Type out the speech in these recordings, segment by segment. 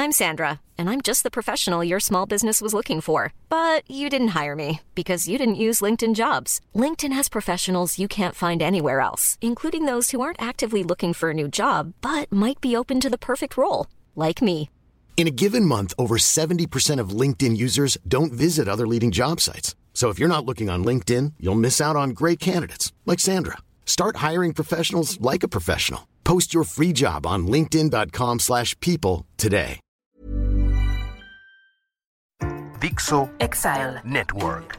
I'm Sandra, and I'm just the professional your small business was looking for. But you didn't hire me because you didn't use LinkedIn Jobs. LinkedIn has professionals you can't find anywhere else, including those who aren't actively looking for a new job, but might be open to the perfect role, like me. In a given month, over 70% of LinkedIn users don't visit other leading job sites. So if you're not looking on LinkedIn, you'll miss out on great candidates like Sandra. Start hiring professionals like a professional. Post your free job on linkedin.com/people today. Dixo Exile Network.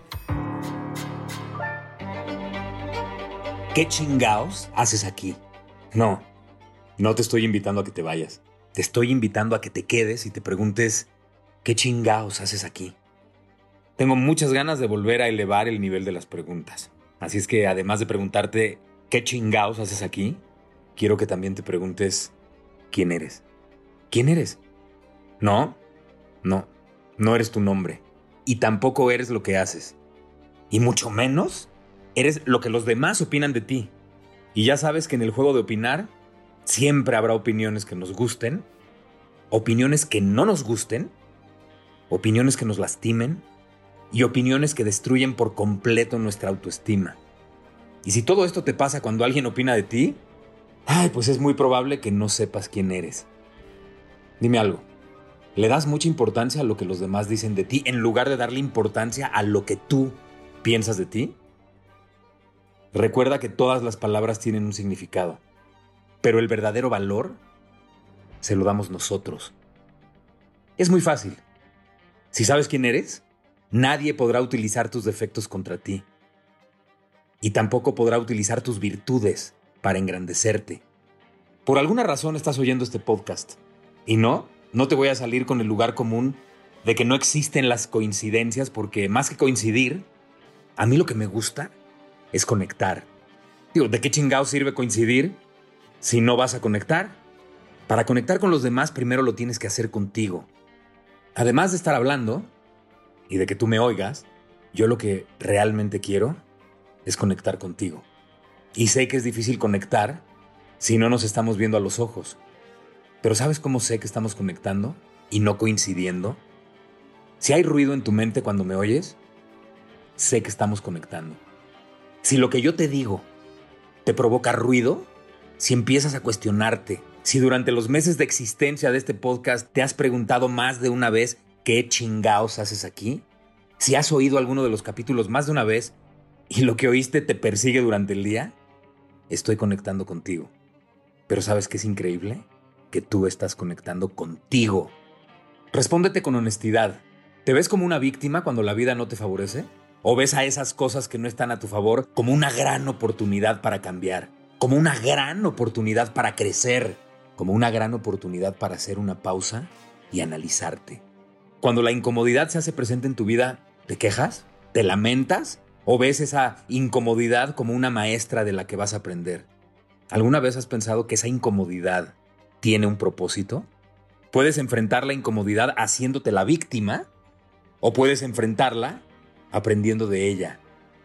¿Qué chingaos haces aquí? No te estoy invitando a que te vayas. Te estoy invitando a que te quedes y te preguntes, ¿qué chingaos haces aquí? Tengo muchas ganas de volver a elevar el nivel de las preguntas. Así es que además de preguntarte, ¿qué chingaos haces aquí? Quiero que también te preguntes, ¿quién eres? ¿Quién eres? No eres tu nombre. Y tampoco eres lo que haces. Y mucho menos eres lo que los demás opinan de ti. Y ya sabes que en el juego de opinar siempre habrá opiniones que nos gusten, opiniones que no nos gusten, opiniones que nos lastimen y opiniones que destruyen por completo nuestra autoestima. Y si todo esto te pasa cuando alguien opina de ti, pues es muy probable que no sepas quién eres. Dime algo, ¿le das mucha importancia a lo que los demás dicen de ti en lugar de darle importancia a lo que tú piensas de ti? Recuerda que todas las palabras tienen un significado, pero el verdadero valor se lo damos nosotros. Es muy fácil. Si sabes quién eres, nadie podrá utilizar tus defectos contra ti. Y tampoco podrá utilizar tus virtudes para engrandecerte. Por alguna razón estás oyendo este podcast. Y no te voy a salir con el lugar común de que no existen las coincidencias, porque más que coincidir, a mí lo que me gusta es conectar. ¿De qué chingado sirve coincidir si no vas a conectar? Para conectar con los demás, primero lo tienes que hacer contigo. Además de estar hablando y de que tú me oigas, yo lo que realmente quiero es conectar contigo. Y sé que es difícil conectar si no nos estamos viendo a los ojos. Pero ¿sabes cómo sé que estamos conectando y no coincidiendo? Si hay ruido en tu mente cuando me oyes, sé que estamos conectando. Si lo que yo te digo te provoca ruido, si empiezas a cuestionarte, si durante los meses de existencia de este podcast te has preguntado más de una vez ¿qué chingaos haces aquí? Si has oído alguno de los capítulos más de una vez y lo que oíste te persigue durante el día, estoy conectando contigo. Pero ¿sabes qué es increíble? Que tú estás conectando contigo. Respóndete con honestidad. ¿Te ves como una víctima cuando la vida no te favorece? ¿O ves a esas cosas que no están a tu favor como una gran oportunidad para cambiar? Como una gran oportunidad para crecer, como una gran oportunidad para hacer una pausa y analizarte. Cuando la incomodidad se hace presente en tu vida, ¿te quejas? ¿Te lamentas? ¿O ves esa incomodidad como una maestra de la que vas a aprender? ¿Alguna vez has pensado que esa incomodidad tiene un propósito? Puedes enfrentar la incomodidad haciéndote la víctima o puedes enfrentarla aprendiendo de ella.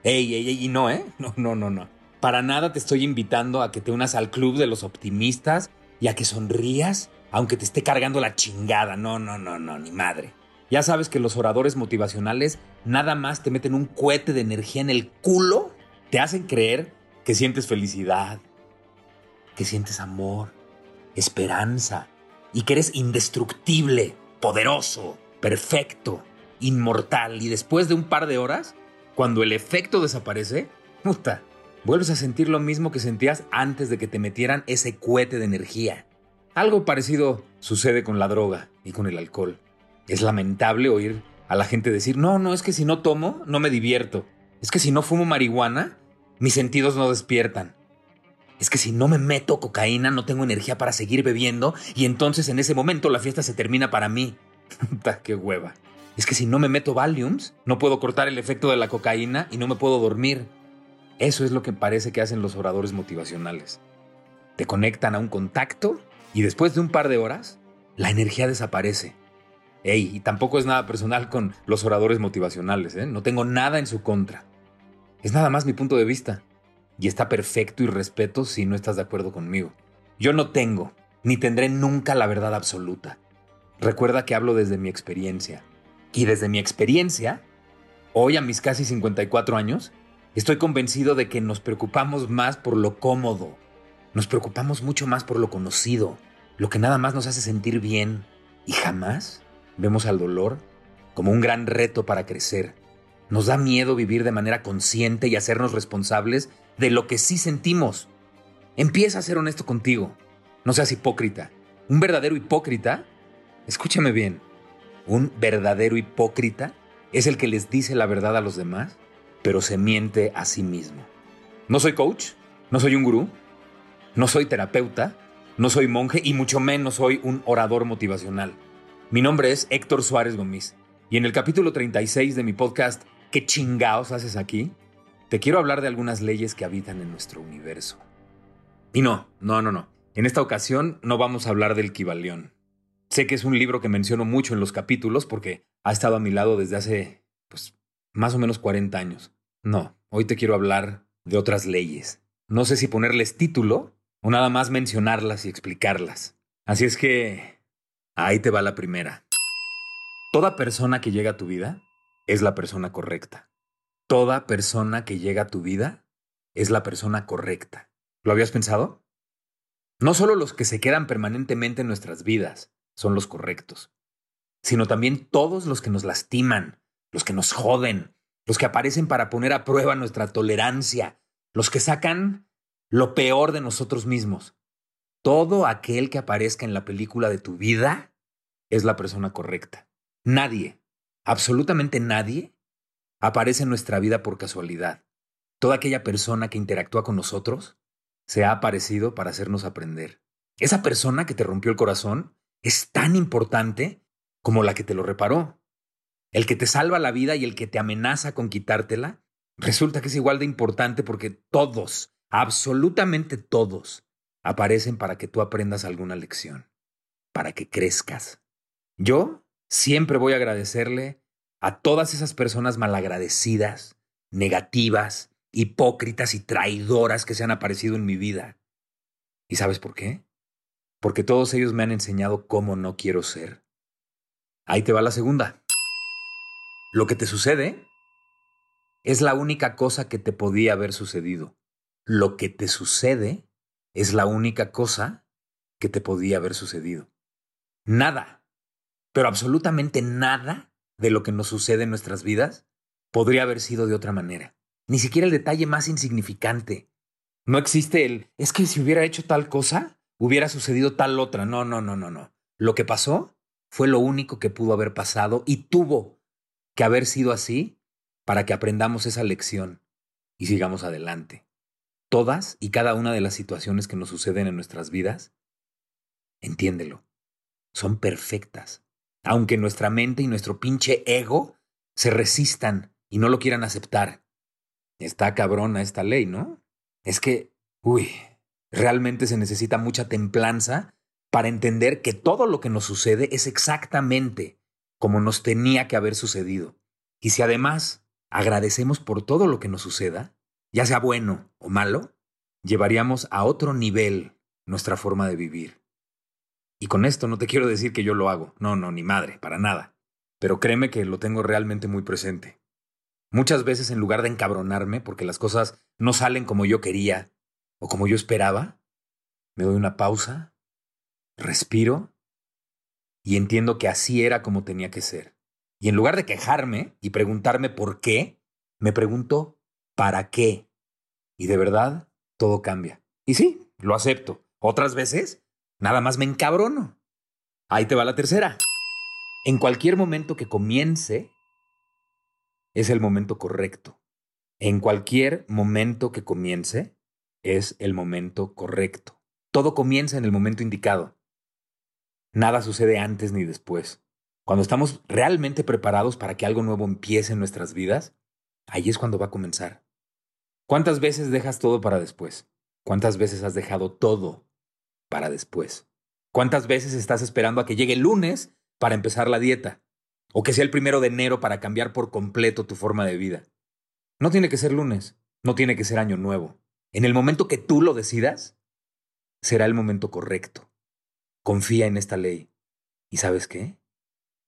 Y no, No. Para nada te estoy invitando a que te unas al club de los optimistas y a que sonrías aunque te esté cargando la chingada. No, ni madre. Ya sabes que los oradores motivacionales nada más te meten un cohete de energía en el culo, te hacen creer que sientes felicidad, que sientes amor, esperanza y que eres indestructible, poderoso, perfecto, inmortal. Y después de un par de horas, cuando el efecto desaparece, vuelves a sentir lo mismo que sentías antes de que te metieran ese cohete de energía. Algo parecido sucede con la droga y con el alcohol. Es lamentable oír a la gente decir, no, es que si no tomo, no me divierto. Es que si no fumo marihuana, mis sentidos no despiertan. Es que si no me meto cocaína, no tengo energía para seguir bebiendo y entonces en ese momento la fiesta se termina para mí. ¡Qué hueva! Es que si no me meto Valiums, no puedo cortar el efecto de la cocaína y no me puedo dormir. Eso es lo que parece que hacen los oradores motivacionales. Te conectan a un contacto y después de un par de horas, la energía desaparece. Y tampoco es nada personal con los oradores motivacionales, No tengo nada en su contra. Es nada más mi punto de vista. Y está perfecto y respeto si no estás de acuerdo conmigo. Yo no tengo, ni tendré nunca la verdad absoluta. Recuerda que hablo desde mi experiencia. Y desde mi experiencia, hoy a mis casi 54 años, estoy convencido de que nos preocupamos más por lo cómodo. Nos preocupamos mucho más por lo conocido, lo que nada más nos hace sentir bien. Y jamás vemos al dolor como un gran reto para crecer. Nos da miedo vivir de manera consciente y hacernos responsables de lo que sí sentimos. Empieza a ser honesto contigo. No seas hipócrita. Un verdadero hipócrita, escúchame bien, un verdadero hipócrita es el que les dice la verdad a los demás, pero se miente a sí mismo. No soy coach, no soy un gurú, no soy terapeuta, no soy monje y mucho menos soy un orador motivacional. Mi nombre es Héctor Suárez Gómez y en el capítulo 36 de mi podcast ¿Qué chingaos haces aquí? Te quiero hablar de algunas leyes que habitan en nuestro universo. Y no. En esta ocasión no vamos a hablar del Kybalión. Sé que es un libro que menciono mucho en los capítulos porque ha estado a mi lado desde hace, más o menos 40 años. No, hoy te quiero hablar de otras leyes. No sé si ponerles título o nada más mencionarlas y explicarlas. Así es que ahí te va la primera. Toda persona que llega a tu vida es la persona correcta. Toda persona que llega a tu vida es la persona correcta. ¿Lo habías pensado? No solo los que se quedan permanentemente en nuestras vidas son los correctos, sino también todos los que nos lastiman, los que nos joden, los que aparecen para poner a prueba nuestra tolerancia, los que sacan lo peor de nosotros mismos. Todo aquel que aparezca en la película de tu vida es la persona correcta. Nadie, absolutamente nadie, aparece en nuestra vida por casualidad. Toda aquella persona que interactúa con nosotros se ha aparecido para hacernos aprender. Esa persona que te rompió el corazón es tan importante como la que te lo reparó. El que te salva la vida y el que te amenaza con quitártela, resulta que es igual de importante porque todos, absolutamente todos, aparecen para que tú aprendas alguna lección, para que crezcas. Yo siempre voy a agradecerle a todas esas personas malagradecidas, negativas, hipócritas y traidoras que se han aparecido en mi vida. ¿Y sabes por qué? Porque todos ellos me han enseñado cómo no quiero ser. Ahí te va la segunda. Lo que te sucede es la única cosa que te podía haber sucedido. Lo que te sucede es la única cosa que te podía haber sucedido. Nada, pero absolutamente nada de lo que nos sucede en nuestras vidas podría haber sido de otra manera. Ni siquiera el detalle más insignificante. No existe es que si hubiera hecho tal cosa, hubiera sucedido tal otra. No. Lo que pasó fue lo único que pudo haber pasado y tuvo que haber sido así para que aprendamos esa lección y sigamos adelante. Todas y cada una de las situaciones que nos suceden en nuestras vidas, entiéndelo, son perfectas. Aunque nuestra mente y nuestro pinche ego se resistan y no lo quieran aceptar. Está cabrona esta ley, ¿no? Es que, realmente se necesita mucha templanza para entender que todo lo que nos sucede es exactamente como nos tenía que haber sucedido. Y si además agradecemos por todo lo que nos suceda, ya sea bueno o malo, llevaríamos a otro nivel nuestra forma de vivir. Y con esto no te quiero decir que yo lo hago. No, ni madre, para nada. Pero créeme que lo tengo realmente muy presente. Muchas veces en lugar de encabronarme porque las cosas no salen como yo quería o como yo esperaba, me doy una pausa, respiro y entiendo que así era como tenía que ser. Y en lugar de quejarme y preguntarme por qué, me pregunto ¿para qué? Y de verdad, todo cambia. Y sí, lo acepto. Otras veces, nada más me encabrono. Ahí te va la tercera. En cualquier momento que comience, es el momento correcto. En cualquier momento que comience, es el momento correcto. Todo comienza en el momento indicado. Nada sucede antes ni después. Cuando estamos realmente preparados para que algo nuevo empiece en nuestras vidas, ahí es cuando va a comenzar. ¿Cuántas veces dejas todo para después? ¿Cuántas veces has dejado todo para después? ¿Cuántas veces estás esperando a que llegue el lunes para empezar la dieta? O que sea el 1 de enero para cambiar por completo tu forma de vida. No tiene que ser lunes, no tiene que ser año nuevo. En el momento que tú lo decidas, será el momento correcto. Confía en esta ley. ¿Y sabes qué?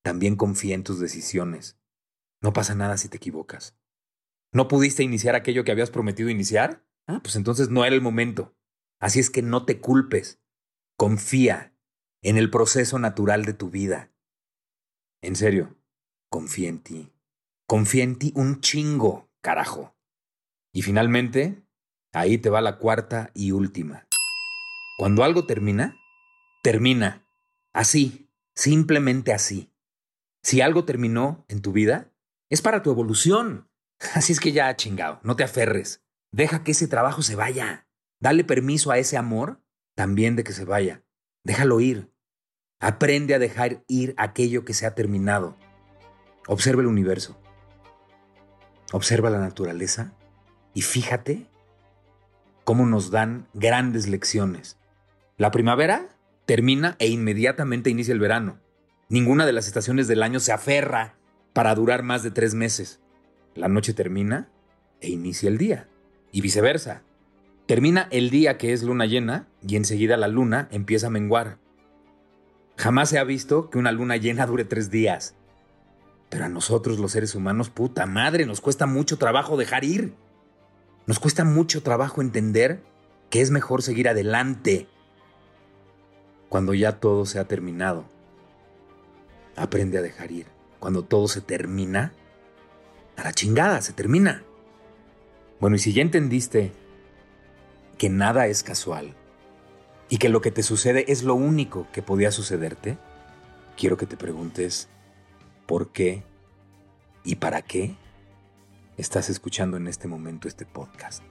también confía en tus decisiones. No pasa nada si te equivocas. ¿No pudiste iniciar aquello que habías prometido iniciar? Pues entonces no era el momento. Así es que no te culpes. Confía en el proceso natural de tu vida. En serio, confía en ti. Confía en ti un chingo, carajo. Y finalmente, ahí te va la cuarta y última. Cuando algo termina, termina. Así, simplemente así. Si algo terminó en tu vida, es para tu evolución. Así es que ya, chingado, no te aferres. Deja que ese trabajo se vaya. Dale permiso a ese amor también de que se vaya. Déjalo ir. Aprende a dejar ir aquello que se ha terminado. Observa el universo. Observa la naturaleza y fíjate cómo nos dan grandes lecciones. La primavera termina e inmediatamente inicia el verano. Ninguna de las estaciones del año se aferra para durar más de 3 meses. La noche termina e inicia el día. Y viceversa. Termina el día que es luna llena y enseguida la luna empieza a menguar. Jamás se ha visto que una luna llena dure 3 días. Pero a nosotros los seres humanos, puta madre, nos cuesta mucho trabajo dejar ir. Nos cuesta mucho trabajo entender que es mejor seguir adelante cuando ya todo se ha terminado. Aprende a dejar ir. Cuando todo se termina, a la chingada, se termina. Bueno, y si ya entendiste que nada es casual y que lo que te sucede es lo único que podía sucederte, quiero que te preguntes por qué y para qué estás escuchando en este momento este podcast.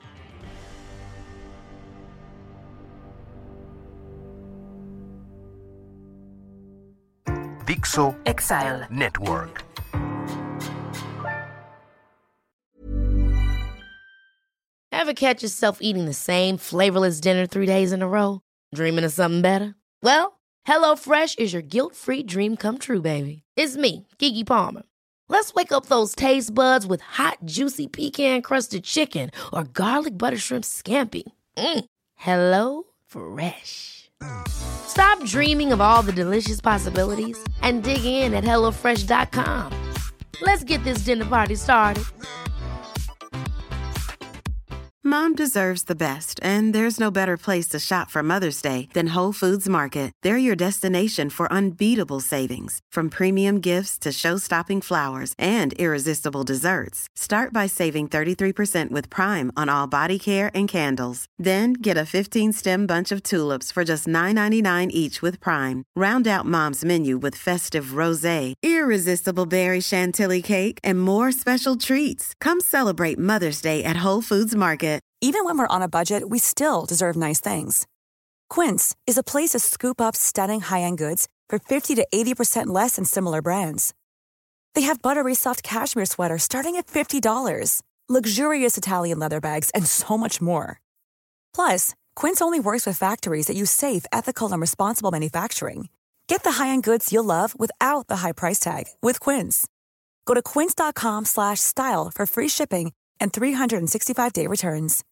Dixo Exile Network. Ever catch yourself eating the same flavorless dinner 3 days in a row? Dreaming of something better? Well, HelloFresh is your guilt-free dream come true, baby. It's me, Keke Palmer. Let's wake up those taste buds with hot, juicy pecan-crusted chicken or garlic butter shrimp scampi. Hello Fresh. Stop dreaming of all the delicious possibilities and dig in at HelloFresh.com. Let's get this dinner party started. Mom deserves the best, and there's no better place to shop for Mother's Day than Whole Foods Market. They're your destination for unbeatable savings, from premium gifts to show-stopping flowers and irresistible desserts. Start by saving 33% with Prime on all body care and candles. Then get a 15-stem bunch of tulips for just $9.99 each with Prime. Round out Mom's menu with festive rosé, irresistible berry chantilly cake, and more special treats. Come celebrate Mother's Day at Whole Foods Market. Even when we're on a budget, we still deserve nice things. Quince is a place to scoop up stunning high-end goods for 50 to 80% less than similar brands. They have buttery soft cashmere sweaters starting at $50, luxurious Italian leather bags, and so much more. Plus, Quince only works with factories that use safe, ethical, and responsible manufacturing. Get the high-end goods you'll love without the high price tag with Quince. Go to quince.com/style for free shipping and 365-day returns.